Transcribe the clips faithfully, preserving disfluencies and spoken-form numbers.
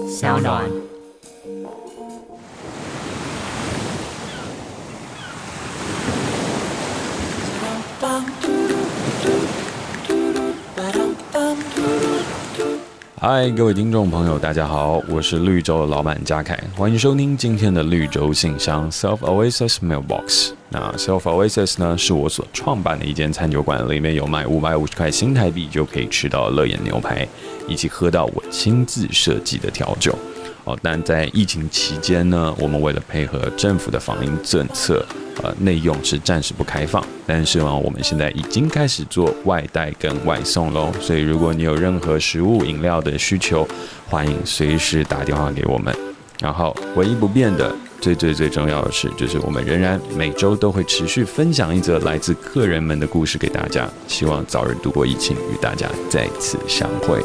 小暖。 嗨，各位听众朋友，大家好，我是绿洲的老板嘉凯，欢迎收听今天的绿洲信箱 Self Oasis Mailbox。那 Self Oasis 呢，是我所创办的一间餐酒馆，里面有卖五百五十块新台币就可以吃到乐眼牛排，以及喝到我亲自设计的调酒。哦，但在疫情期间呢，我们为了配合政府的防疫政策，呃，内用是暂时不开放。但是呢，我们现在已经开始做外带跟外送喽。所以，如果你有任何食物、饮料的需求，欢迎随时打电话给我们。然后，唯一不变的，最最最重要的是，就是我们仍然每周都会持续分享一则来自客人们的故事给大家。希望早日度过疫情，与大家再次相会。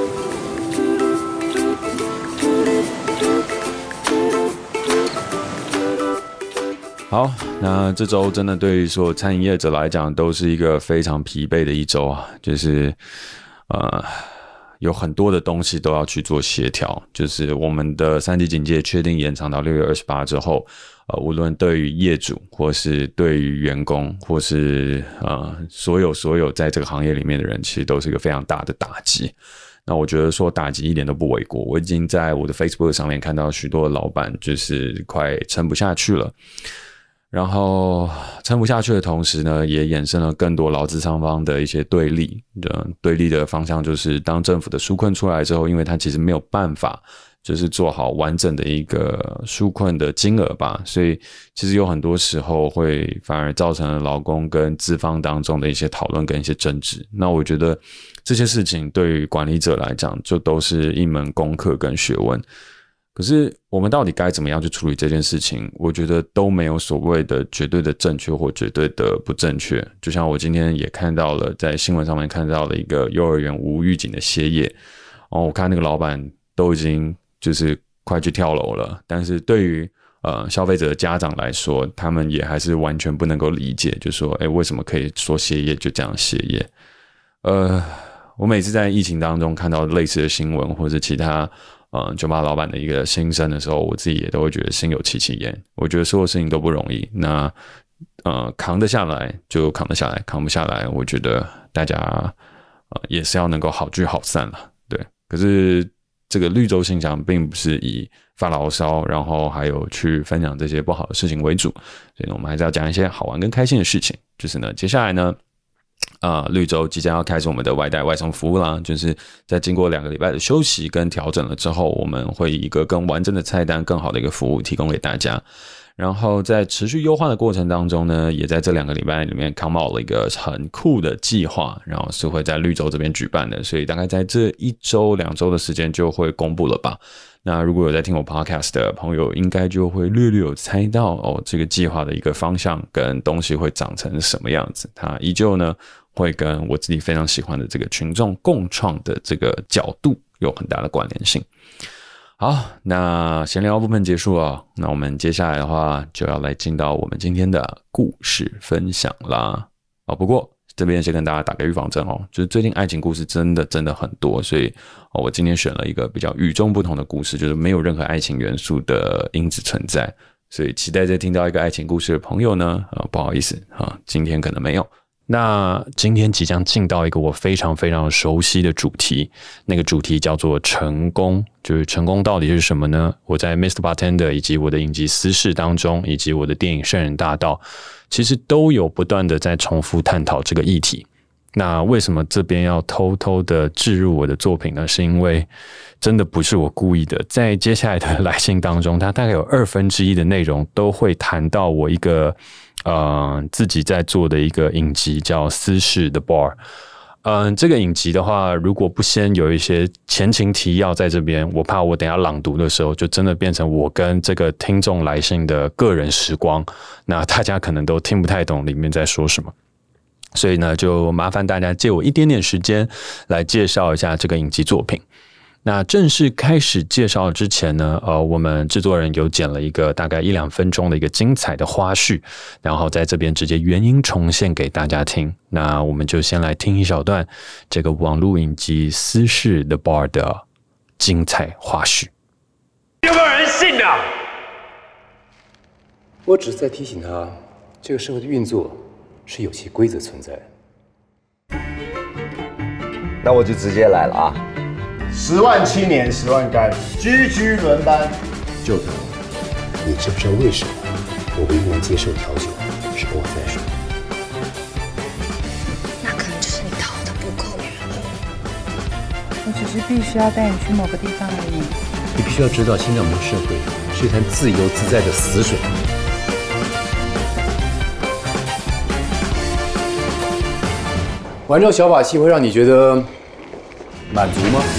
好，那这周真的对于所有餐饮业者来讲都是一个非常疲惫的一周啊，就是呃有很多的东西都要去做协调，就是我们的三级警戒确定延长到六月二十八之后，呃，无论对于业主或是对于员工或是呃所有所有在这个行业里面的人，其实都是一个非常大的打击。那我觉得说打击一点都不为过，我已经在我的 Facebook 上面看到许多老板就是快撑不下去了。然后撑不下去的同时呢，也衍生了更多劳资双方的一些对立。对立的方向就是，当政府的纾困出来之后，因为它其实没有办法就是做好完整的一个纾困的金额吧，所以其实有很多时候会反而造成了劳工跟资方当中的一些讨论跟一些争执。那我觉得这些事情对于管理者来讲，就都是一门功课跟学问。可是我们到底该怎么样去处理这件事情，我觉得都没有所谓的绝对的正确或绝对的不正确。就像我今天也看到了，在新闻上面看到了一个幼儿园无预警的歇业，哦，我看那个老板都已经就是快去跳楼了，但是对于呃消费者的家长来说，他们也还是完全不能够理解，就说诶为什么可以说歇业就这样歇业。呃我每次在疫情当中看到类似的新闻或者其他呃，酒吧老板的一个心声的时候，我自己也都会觉得心有戚戚焉。我觉得所有事情都不容易，那呃扛得下来就扛得下来，扛不下来，我觉得大家呃也是要能够好聚好散了，对。可是这个绿洲信箱并不是以发牢骚，然后还有去分享这些不好的事情为主，所以呢，我们还是要讲一些好玩跟开心的事情。就是呢，接下来呢。啊、呃，绿洲即将要开始我们的外带外送服务啦，就是在经过两个礼拜的休息跟调整了之后，我们会以一个更完整的菜单、更好的一个服务提供给大家。然后在持续优化的过程当中呢，也在这两个礼拜里面 come out 了一个很酷的计划，然后是会在绿洲这边举办的，所以大概在这一周、两周的时间就会公布了吧。那如果有在听我 podcast 的朋友，应该就会略略有猜到哦，这个计划的一个方向跟东西会长成什么样子。它依旧呢会跟我自己非常喜欢的这个群众共创的这个角度有很大的关联性。好，那闲聊部分结束了，那我们接下来的话就要来进到我们今天的故事分享啦。哦，不过这边先跟大家打个预防针哦，就是最近爱情故事真的真的很多，所以、哦、我今天选了一个比较与众不同的故事，就是没有任何爱情元素的因子存在，所以期待在听到一个爱情故事的朋友呢，呃、不好意思、呃、今天可能没有。那今天即将进到一个我非常非常熟悉的主题，那个主题叫做成功。就是成功到底是什么呢？我在 mister Bartender 以及我的影集私事当中，以及我的电影圣人大道，其实都有不断的在重复探讨这个议题。那为什么这边要偷偷的置入我的作品呢？是因为真的不是我故意的，在接下来的来信当中，它大概有二分之一的内容都会谈到我一个呃自己在做的一个影集叫私事 The Bar。嗯、呃，这个影集的话，如果不先有一些前情提要在这边，我怕我等一下朗读的时候，就真的变成我跟这个听众来信的个人时光，那大家可能都听不太懂里面在说什么。所以呢，就麻烦大家借我一点点时间来介绍一下这个影集作品。那正式开始介绍之前呢，呃，我们制作人有剪了一个大概一两分钟的一个精彩的花絮，然后在这边直接原音重现给大家听。那我们就先来听一小段这个网络影集《私事 The Bar》的精彩花絮。 有没有人信啊？ 我只是在提醒他，这个社会的运作是有其规则存在。 那我就直接来了啊！ 十万青年十万干，居居轮班。 就哥，你知不知道为什么我唯一能接受调酒是欧塞水？ 那可能就是你逃得不够远。 我只是必须要带你去某个地方而已。 你必须要知道，现在我们的社会是一潭自由自在的死水。玩这种小把戏会让你觉得满足吗？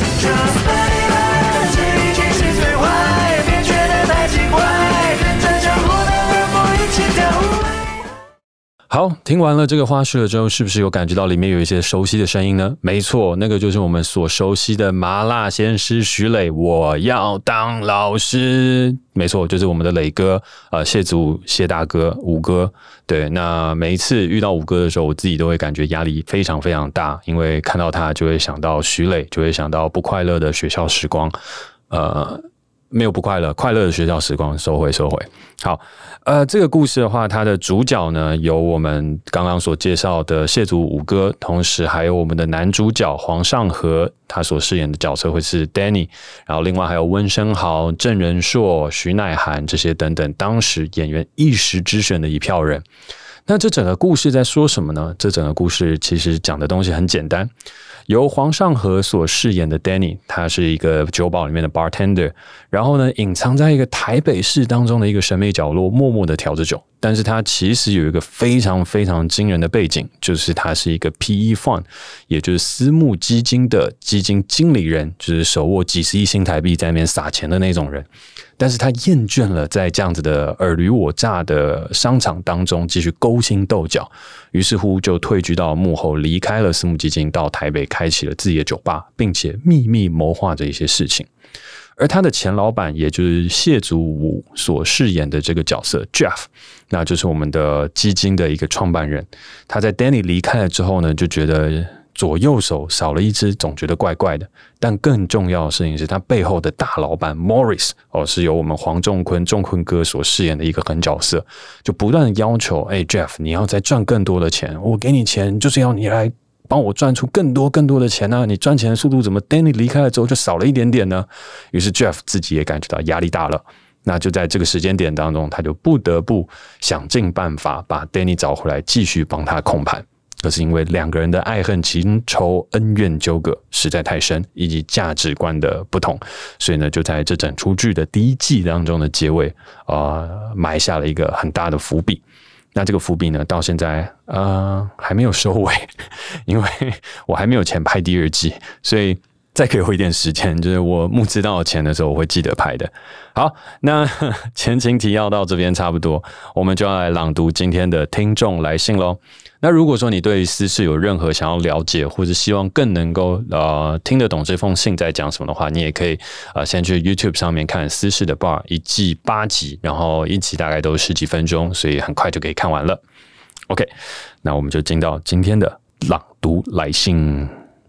好，听完了这个花絮了之后，是不是有感觉到里面有一些熟悉的声音呢？没错，那个就是我们所熟悉的麻辣鲜师徐磊，我要当老师。没错，就是我们的磊哥，呃，谢祖谢大哥五哥。对，那每一次遇到五哥的时候，我自己都会感觉压力非常非常大，因为看到他就会想到徐磊，就会想到不快乐的学校时光，呃。没有不快乐，快乐的学校时光，收回收回。好，呃，这个故事的话，它的主角呢有我们刚刚所介绍的谢祖武哥，同时还有我们的男主角黄尚和，他所饰演的角色会是 Danny， 然后另外还有温升豪、郑仁硕、徐乃涵这些等等，当时演员一时之选的一票人。那这整个故事在说什么呢？这整个故事其实讲的东西很简单。由黄尚和所饰演的 Danny， 他是一个酒保里面的 bartender， 然后呢，隐藏在一个台北市当中的一个神秘角落，默默的调着酒。但是他其实有一个非常非常惊人的背景，就是他是一个 P E Fund， 也就是私募基金的基金经理人，就是手握几十亿新台币在那边撒钱的那种人。但是他厌倦了在这样子的尔虞我诈的商场当中继续勾心斗角，于是乎就退居到幕后，离开了私募基金，到台北开启了自己的酒吧，并且秘密谋划着一些事情。而他的前老板，也就是谢祖武所饰演的这个角色 Jeff， 那就是我们的基金的一个创办人。他在 Danny 离开了之后呢，就觉得左右手少了一只，总觉得怪怪的。但更重要的事情是他背后的大老板 Morris， 哦，是由我们黄仲坤仲坤哥所饰演的一个狠角色，就不断的要求，哎 Jeff， 你要再赚更多的钱，我给你钱就是要你来帮我赚出更多更多的钱啊！你赚钱的速度怎么 Danny 离开了之后就少了一点点呢？于是 Jeff 自己也感觉到压力大了。那就在这个时间点当中，他就不得不想尽办法把 Danny 找回来，继续帮他控盘。可是因为两个人的爱恨情仇、恩怨纠葛实在太深，以及价值观的不同，所以呢，就在这整出剧的第一季当中的结尾，呃，埋下了一个很大的伏笔。那这个伏笔呢，到现在呃还没有收尾，因为我还没有钱拍第二季，所以再给我一点时间，就是我募资到钱的时候，我会记得拍的。好，那前情提要到这边差不多，我们就要来朗读今天的听众来信咯。那如果说你对私事有任何想要了解，或者希望更能够呃听得懂这封信在讲什么的话，你也可以呃先去 YouTube 上面看私事的 Bar 一季八集，然后一集大概都十几分钟，所以很快就可以看完了。OK， 那我们就进到今天的朗读来信。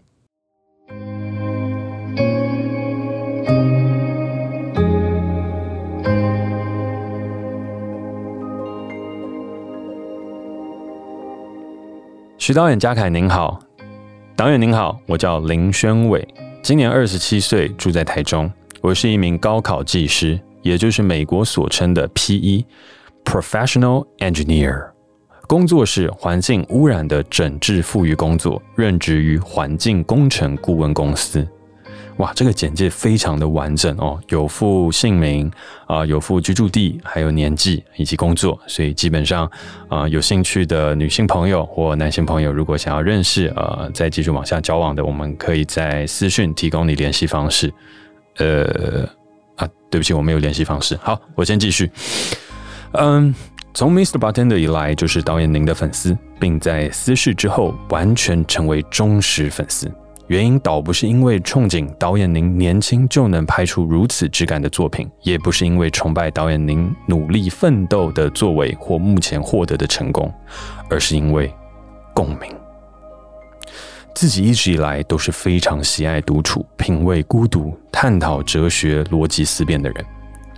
徐导演嘉凯您好，导演您好，我叫林宣伟，今年二十七岁，住在台中。我是一名高考技师，也就是美国所称的 P E Professional Engineer， 工作是环境污染的整治复育工作，任职于环境工程顾问公司。哇，这个简介非常的完整哦，有附姓名啊、呃，有附居住地，还有年纪以及工作，所以基本上啊、呃，有兴趣的女性朋友或男性朋友，如果想要认识呃，再继续往下交往的，我们可以在私讯提供你联系方式。呃啊，对不起，我没有联系方式。好，我先继续。嗯，从 Mister Bartender 以来就是导演您的粉丝，并在私事之后完全成为忠实粉丝。原因倒不是因为憧憬导演您年轻就能拍出如此质感的作品，也不是因为崇拜导演您努力奋斗的作为或目前获得的成功，而是因为共鸣。自己一直以来都是非常喜爱独处、品味孤独、探讨哲学、逻辑思辨的人，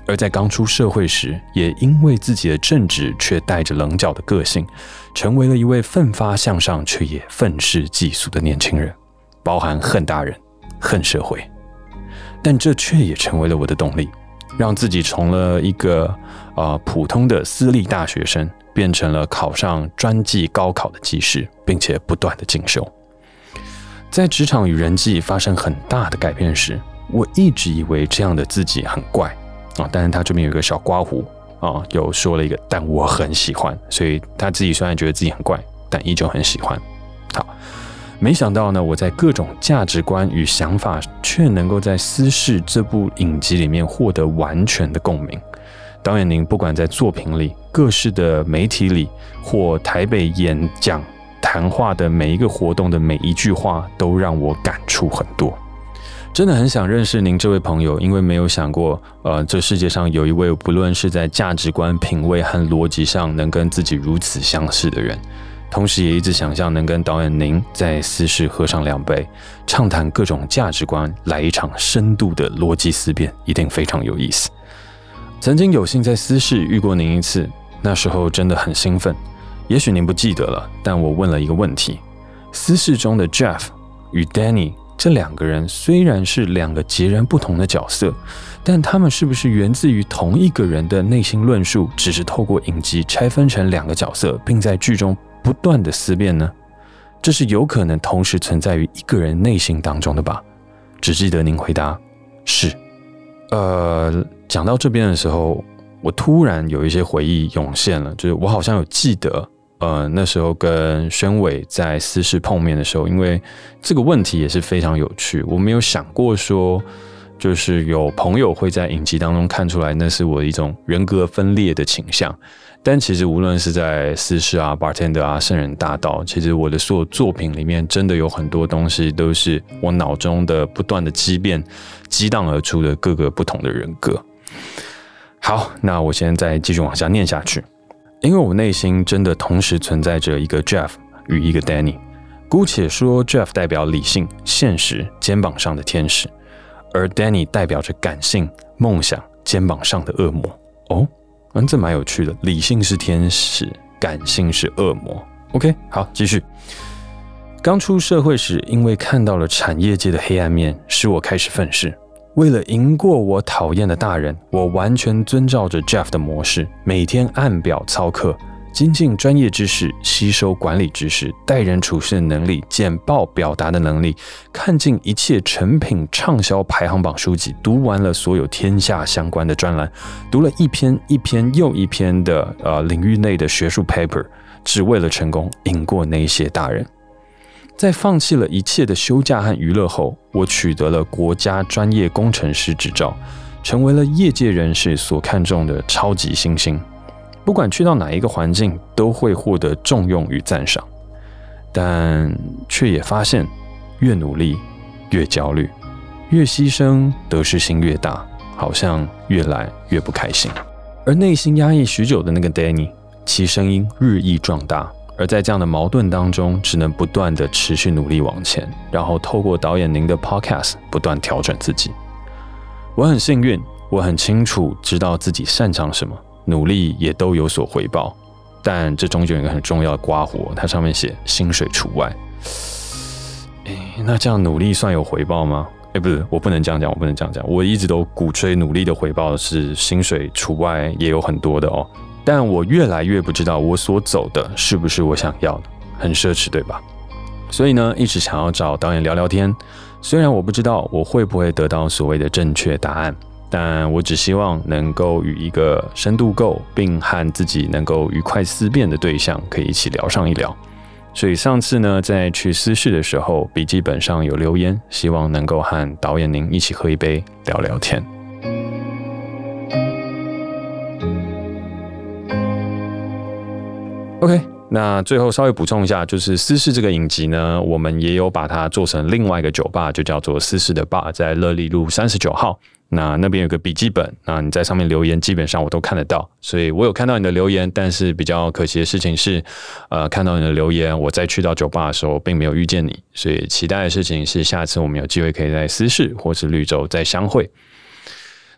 而在刚出社会时，也因为自己的正直却带着棱角的个性，成为了一位奋发向上却也愤世嫉俗的年轻人，包含恨大人、恨社会。但这却也成为了我的动力，让自己从了一个、呃、普通的私立大学生，变成了考上专技高考的技师，并且不断的进修。在职场与人际发生很大的改变时，我一直以为这样的自己很怪啊，但是他这边有一个小刮胡啊，有说了一个，但我很喜欢，所以他自己虽然觉得自己很怪，但依旧很喜欢。好，没想到呢，我在各种价值观与想法，却能够在《私事》这部影集里面获得完全的共鸣。导演您不管在作品里、各式的媒体里，或台北演讲谈话的每一个活动的每一句话，都让我感触很多。真的很想认识您这位朋友，因为没有想过，呃，这世界上有一位不论是在价值观、品味和逻辑上能跟自己如此相似的人。同时也一直想象能跟导演您在私事喝上两杯，畅谈各种价值观，来一场深度的逻辑思辨，一定非常有意思。曾经有幸在私事遇过您一次，那时候真的很兴奋。也许您不记得了，但我问了一个问题：私事中的 Jeff 与 Danny 这两个人虽然是两个截然不同的角色，但他们是不是源自于同一个人的内心论述，只是透过影集拆分成两个角色，并在剧中不断的思辨呢？这是有可能同时存在于一个人内心当中的吧？只记得您回答是。呃，讲到这边的时候，我突然有一些回忆涌现了，就是我好像有记得，呃，那时候跟宣伟在私事碰面的时候，因为这个问题也是非常有趣，我没有想过说，就是有朋友会在影集当中看出来那是我一种人格分裂的倾向。但其实无论是在私事啊、bartender 啊、圣人大道，其实我的所有作品里面，真的有很多东西都是我脑中的不断的激变、激荡而出的各个不同的人格。好，那我现在继续往下念下去，因为我内心真的同时存在着一个 Jeff 与一个 Danny。姑且说 Jeff 代表理性、现实、肩膀上的天使，而 Danny 代表着感性、梦想、肩膀上的恶魔。哦。嗯，这蛮有趣的，理性是天使，感性是恶魔。OK， 好，继续。刚出社会时，因为看到了产业界的黑暗面，使我开始愤世。为了赢过我讨厌的大人，我完全遵照着 Jeff 的模式，每天按表操课，精进专业知识，吸收管理知识，待人处事的能力，简报表达的能力，看尽一切成品畅销排行榜书籍，读完了所有天下相关的专栏，读了一篇一篇又一篇的呃领域内的学术 paper， 只为了成功赢过那些大人。在放弃了一切的休假和娱乐后，我取得了国家专业工程师执照，成为了业界人士所看重的超级新星。不管去到哪一个环境，都会获得重用与赞赏，但却也发现，越努力越焦虑，越牺牲得失心越大，好像越来越不开心。而内心压抑许久的那个 Danny， 其声音日益壮大，而在这样的矛盾当中，只能不断的持续努力往前，然后透过导演您的 podcast 不断调整自己。我很幸运，我很清楚知道自己擅长什么，努力也都有所回报，但这中间有一个很重要的括弧，它上面写薪水除外。那这样努力算有回报吗？哎，不是，我不能这样讲，我不能这样讲。我一直都鼓吹努力的回报是薪水除外，也有很多的哦。但我越来越不知道我所走的是不是我想要的，很奢侈，对吧？所以呢，一直想要找导演聊聊天。虽然我不知道我会不会得到所谓的正确答案，但我只希望能够与一个深度够，并和自己能够愉快思辨的对象可以一起聊上一聊。所以上次呢，在去私事的时候，笔记本上有留言，希望能够和导演您一起喝一杯，聊聊天。OK， 那最后稍微补充一下，就是私事这个影集呢，我们也有把它做成另外一个酒吧，就叫做私事的吧，在乐利路三十九号。那那边有个笔记本，那你在上面留言，基本上我都看得到，所以我有看到你的留言，但是比较可惜的事情是，呃，看到你的留言，我再去到酒吧的时候，并没有遇见你，所以期待的事情是，下次我们有机会可以在私事或是绿洲再相会。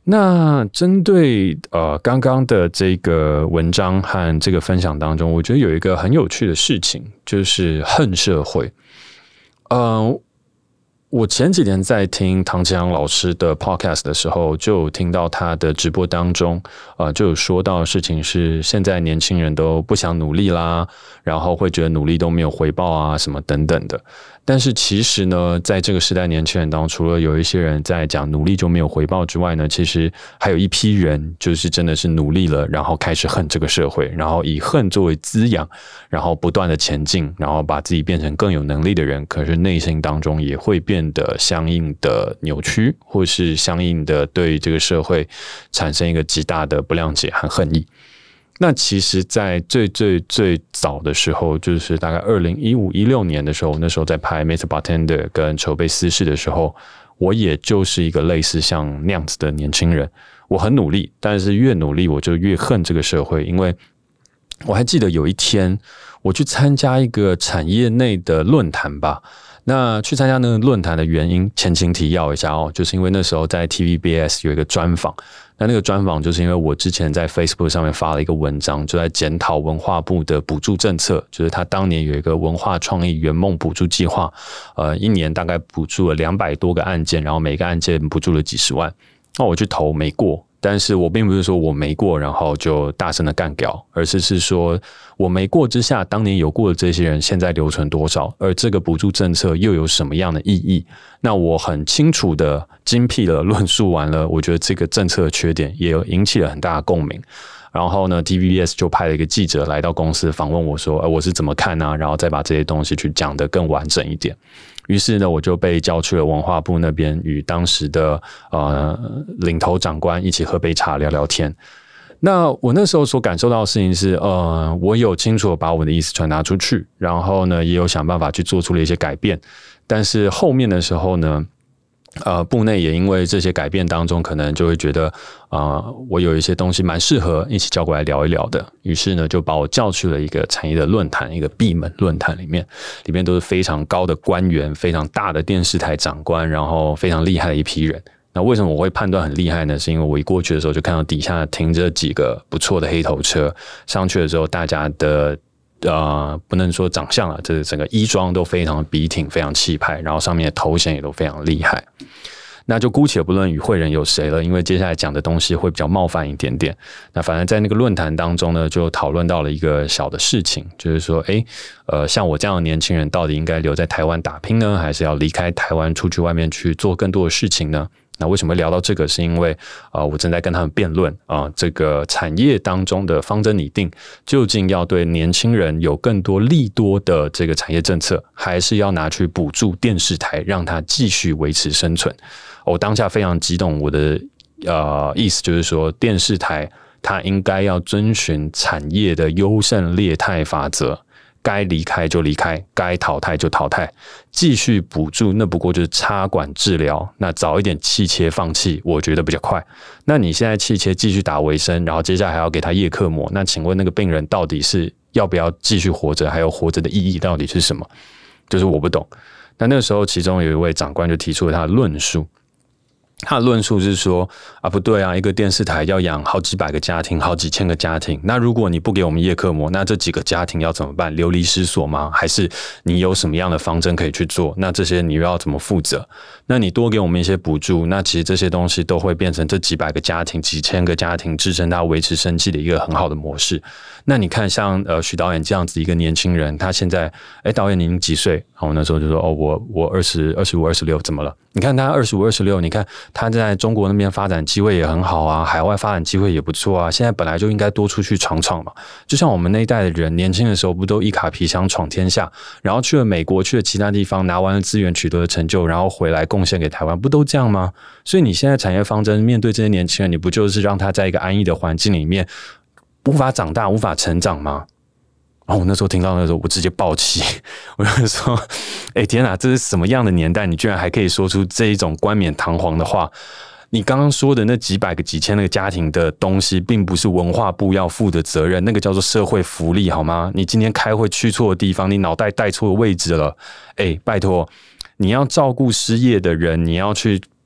那针对呃刚刚的这个文章和这个分享当中，我觉得有一个很有趣的事情，就是恨社会。呃，我前几天在听唐启阳老师的 podcast 的时候，就有听到他的直播当中，呃，就有说到的事情是，现在年轻人都不想努力啦，然后会觉得努力都没有回报啊，什么等等的。但是其实呢，在这个时代年轻人当中，除了有一些人在讲努力就没有回报之外呢，其实还有一批人就是真的是努力了，然后开始恨这个社会，然后以恨作为滋养，然后不断的前进，然后把自己变成更有能力的人，可是内心当中也会变得相应的扭曲，或是相应的对这个社会产生一个极大的不谅解和恨意。那其实在最最最早的时候，就是大概二零一五一六年的时候，那时候在拍 Mister Bartender 跟筹备私事的时候，我也就是一个类似像那样子的年轻人。我很努力，但是越努力我就越恨这个社会。因为我还记得有一天我去参加一个产业内的论坛吧，那去参加那个论坛的原因，前情提要一下哦，就是因为那时候在 T V B S 有一个专访，那那个专访就是因为我之前在 Facebook 上面发了一个文章，就在检讨文化部的补助政策，就是他当年有一个文化创意圆梦补助计划，呃，一年大概补助了两百多个案件，然后每个案件补助了几十万，那我去投没过。但是我并不是说我没过然后就大声的干掉，而是是说我没过之下，当年有过的这些人现在留存多少，而这个补助政策又有什么样的意义。那我很清楚的精辟的论述完了，我觉得这个政策的缺点也有引起了很大的共鸣。然后呢 T V B S 就派了一个记者来到公司访问我说、呃、我是怎么看啊，然后再把这些东西去讲得更完整一点。于是呢，我就被叫去了文化部那边，与当时的呃领头长官一起喝杯茶聊聊天。那我那时候所感受到的事情是，呃，我有清楚的把我的意思传达出去，然后呢，也有想办法去做出了一些改变。但是后面的时候呢，呃，部内也因为这些改变当中，可能就会觉得，呃，我有一些东西蛮适合一起叫过来聊一聊的。于是呢，就把我叫去了一个产业的论坛，一个闭门论坛里面，里面都是非常高的官员，非常大的电视台长官，然后非常厉害的一批人。那为什么我会判断很厉害呢？是因为我一过去的时候就看到底下停着几个不错的黑头车，上去的时候大家的呃，不能说长相啊，这整个衣装都非常笔挺，非常气派，然后上面的头衔也都非常厉害。那就姑且不论与会人有谁了，因为接下来讲的东西会比较冒犯一点点。那反正在那个论坛当中呢，就讨论到了一个小的事情，就是说，诶，呃，像我这样的年轻人，到底应该留在台湾打拼呢，还是要离开台湾出去外面去做更多的事情呢？那为什么聊到这个？是因为啊、呃，我正在跟他们辩论啊、呃，这个产业当中的方针拟定，究竟要对年轻人有更多利多的这个产业政策，还是要拿去补助电视台，让它继续维持生存？我当下非常激动，我的呃意思就是说，电视台它应该要遵循产业的优胜劣汰法则。该离开就离开，该淘汰就淘汰，继续补助那不过就是插管治疗，那早一点气切放弃我觉得比较快。那你现在气切继续打维生，然后接下来还要给他叶克膜，那请问那个病人到底是要不要继续活着，还有活着的意义到底是什么？就是我不懂。那那个时候其中有一位长官就提出了他的论述，他的论述是说啊，不对啊，一个电视台要养好几百个家庭，好几千个家庭，那如果你不给我们叶克膜，那这几个家庭要怎么办？流离失所吗？还是你有什么样的方针可以去做？那这些你又要怎么负责？那你多给我们一些补助，那其实这些东西都会变成这几百个家庭、几千个家庭支撑他维持生计的一个很好的模式。那你看像呃许导演这样子一个年轻人，他现在哎导演您几岁？然后我那时候就说哦我我二十二十五二十六怎么了？你看他二十五二十六，你看他在中国那边发展机会也很好啊，海外发展机会也不错啊，现在本来就应该多出去闯闯嘛。就像我们那一代的人，年轻的时候不都一卡皮箱闯天下，然后去了美国，去了其他地方，拿完了资源，取得了成就，然后回来贡献给台湾，不都这样吗？所以你现在产业方针面对这些年轻人，你不就是让他在一个安逸的环境里面无法长大，无法成长吗？然后我那时候听到那时候，我直接爆气，我就说：“哎、欸，天哪，这是什么样的年代？你居然还可以说出这一种冠冕堂皇的话？你刚刚说的那几百个、几千个家庭的东西，并不是文化部要负的责任，那个叫做社会福利，好吗？你今天开会去错的地方，你脑袋带错位置了。哎、欸，拜托，你要照顾失业的人，你要去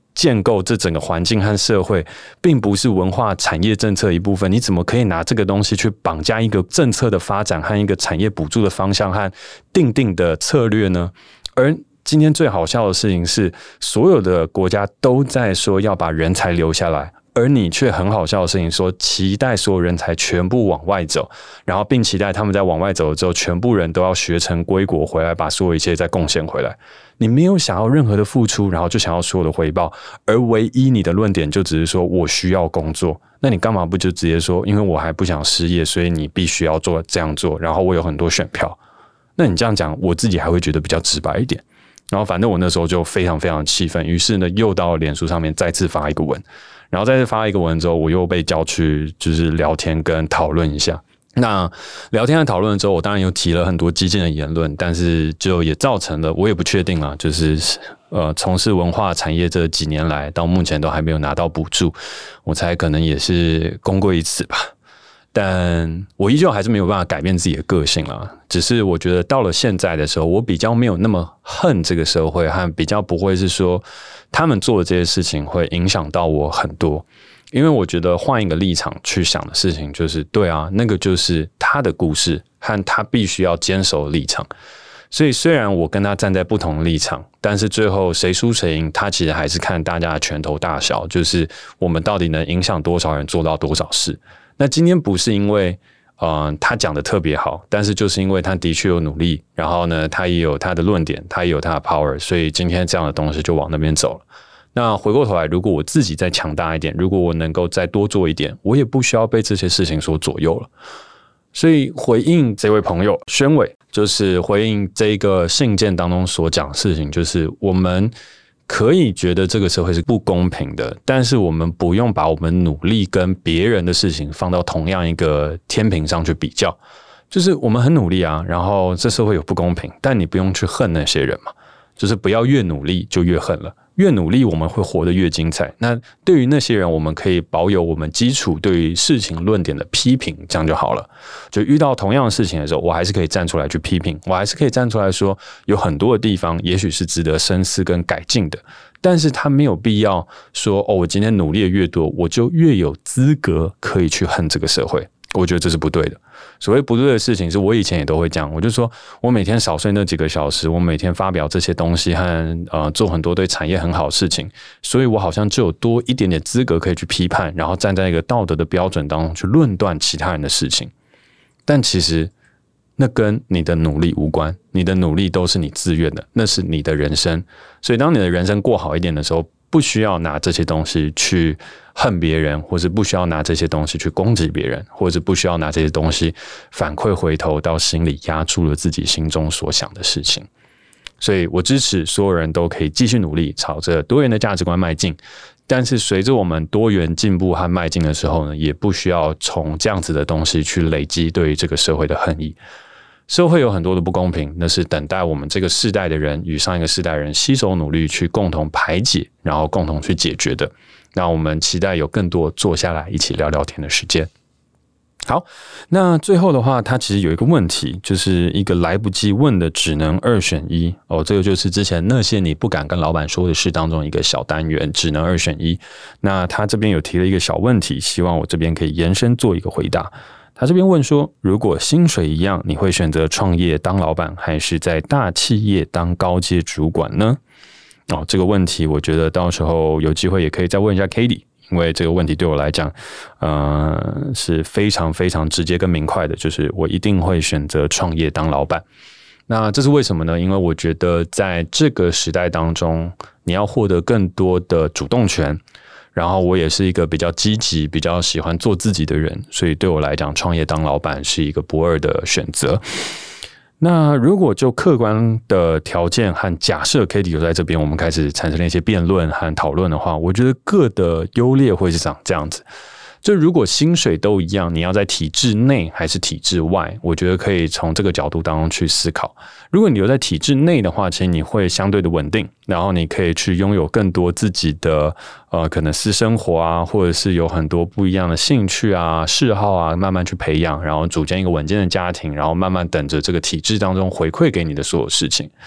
建构这整个环境和社会，并不是文化产业政策一部分，你怎么可以拿这个东西去绑架一个政策的发展和一个产业补助的方向和定定的策略呢？而今天最好笑的事情是，所有的国家都在说要把人才留下来，而你却很好笑的事情说，期待所有人才全部往外走，然后并期待他们在往外走了之后，全部人都要学成归国回来，把所有一切再贡献回来。你没有想要任何的付出，然后就想要所有的回报，而唯一你的论点就只是说我需要工作，那你干嘛不就直接说，因为我还不想失业，所以你必须要做这样做，然后我有很多选票。那你这样讲，我自己还会觉得比较直白一点。然后反正我那时候就非常非常气愤，于是呢又到脸书上面再次发一个文，然后再次发一个文之后，我又被叫去就是聊天跟讨论一下。那聊天和讨论之后，我当然有提了很多激进的言论，但是就也造成了我也不确定啦，就是呃从事文化产业这几年来到目前都还没有拿到补助，我猜可能也是功归于此吧。但我依旧还是没有办法改变自己的个性啦，只是我觉得到了现在的时候，我比较没有那么恨这个社会，和比较不会是说他们做的这些事情会影响到我很多。因为我觉得换一个立场去想的事情就是对啊，那个就是他的故事和他必须要坚守的立场。所以虽然我跟他站在不同的立场，但是最后谁输谁赢，他其实还是看大家的拳头大小，就是我们到底能影响多少人做到多少事。那今天不是因为呃他讲的特别好，但是就是因为他的确有努力，然后呢他也有他的论点，他也有他的 power， 所以今天这样的东西就往那边走了。那回过头来，如果我自己再强大一点，如果我能够再多做一点，我也不需要被这些事情所左右了。所以回应这位朋友宣伟，就是回应这个信件当中所讲的事情，就是我们可以觉得这个社会是不公平的，但是我们不用把我们努力跟别人的事情放到同样一个天平上去比较。就是我们很努力啊，然后这社会有不公平，但你不用去恨那些人嘛，就是不要越努力就越恨了。越努力我们会活得越精彩，那对于那些人我们可以保有我们基础对于事情论点的批评，这样就好了。就遇到同样的事情的时候，我还是可以站出来去批评，我还是可以站出来说有很多的地方也许是值得深思跟改进的，但是他没有必要说哦，我今天努力的越多我就越有资格可以去恨这个社会，我觉得这是不对的。所谓不对的事情是我以前也都会讲，我就说我每天少睡那几个小时，我每天发表这些东西和呃做很多对产业很好的事情，所以我好像就有多一点点资格可以去批判，然后站在一个道德的标准当中去论断其他人的事情。但其实那跟你的努力无关，你的努力都是你自愿的，那是你的人生。所以当你的人生过好一点的时候，不需要拿这些东西去恨别人，或是不需要拿这些东西去攻击别人，或是不需要拿这些东西反馈回头到心里压住了自己心中所想的事情。所以我支持所有人都可以继续努力朝着多元的价值观迈进，但是随着我们多元进步和迈进的时候呢，也不需要从这样子的东西去累积对于这个社会的恨意。社会有很多的不公平，那是等待我们这个世代的人与上一个世代人携手努力去共同排解，然后共同去解决的。那我们期待有更多坐下来一起聊聊天的时间。好，那最后的话，它其实有一个问题，就是一个来不及问的只能二选一哦，这个就是之前那些你不敢跟老板说的事当中一个小单元，只能二选一。那他这边有提了一个小问题，希望我这边可以延伸做一个回答。他这边问说，如果薪水一样，你会选择创业当老板，还是在大企业当高阶主管呢？哦，这个问题我觉得到时候有机会也可以再问一下 Katie， 因为这个问题对我来讲，呃，是非常非常直接跟明快的，就是我一定会选择创业当老板。那这是为什么呢？因为我觉得在这个时代当中，你要获得更多的主动权。然后我也是一个比较积极、比较喜欢做自己的人，所以对我来讲，创业当老板是一个不二的选择。那如果就客观的条件和假设 Katie 有在这边，我们开始产生了一些辩论和讨论的话，我觉得各的优劣会是长这样子。就如果薪水都一样，你要在体制内还是体制外，我觉得可以从这个角度当中去思考。如果你留在体制内的话，其实你会相对的稳定，然后你可以去拥有更多自己的呃可能私生活啊，或者是有很多不一样的兴趣啊、嗜好啊，慢慢去培养，然后组建一个稳健的家庭，然后慢慢等着这个体制当中回馈给你的所有事情。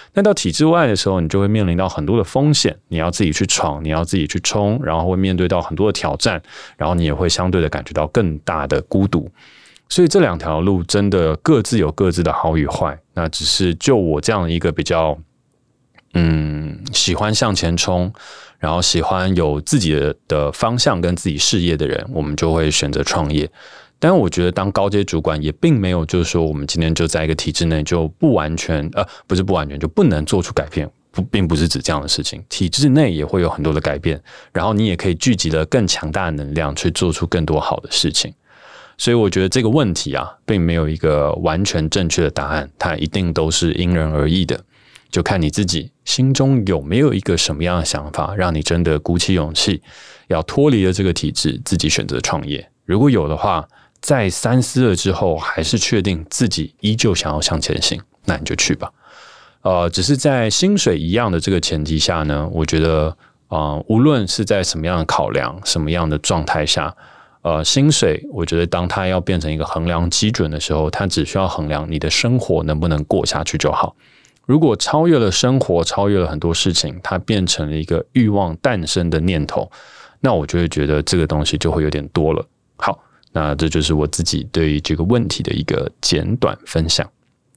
那到体制外的时候，你就会面临到很多的风险，你要自己去闯，你要自己去冲，然后会面对到很多的挑战，然后你也会相对的感觉到更大的孤独。所以这两条路真的各自有各自的好与坏。那只是就我这样一个比较嗯喜欢向前冲，然后喜欢有自己 的, 的方向跟自己事业的人，我们就会选择创业。但我觉得当高阶主管也并没有就是说我们今天就在一个体制内就不完全呃不是不完全就不能做出改变，不并不是指这样的事情。体制内也会有很多的改变，然后你也可以聚集了更强大的能量去做出更多好的事情。所以我觉得这个问题啊，并没有一个完全正确的答案，它一定都是因人而异的，就看你自己心中有没有一个什么样的想法，让你真的鼓起勇气要脱离了这个体制，自己选择创业。如果有的话，在三思了之后，还是确定自己依旧想要向前行，那你就去吧。呃，只是在薪水一样的这个前提下呢，我觉得，呃，无论是在什么样的考量、什么样的状态下，呃，薪水，我觉得当它要变成一个衡量基准的时候，它只需要衡量你的生活能不能过下去就好。如果超越了生活，超越了很多事情，它变成了一个欲望诞生的念头，那我就会觉得这个东西就会有点多了。好。那这就是我自己对于这个问题的一个简短分享。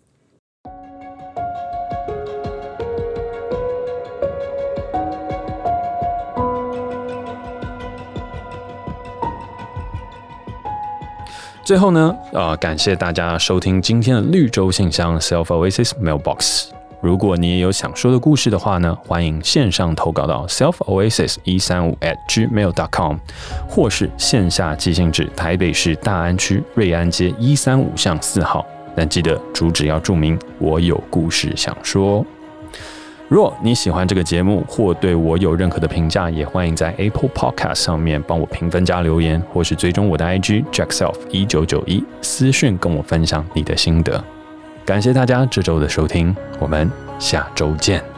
最后呢，呃，感谢大家收听今天的绿洲信箱 Self Oasis Mailbox。如果你也有想说的故事的话呢，欢迎线上投稿到 self oasis 一三五 at gmail dot com， 或是线下寄信至台北市大安区瑞安街一三五巷四号。但记得主旨要注明我有故事想说。若你喜欢这个节目，或对我有任何的评价，也欢迎在 Apple Podcast 上面帮我评分加留言，或是追踪我的 I G Jack Self 一九九一，私讯跟我分享你的心得。感谢大家这周的收听，我们下周见。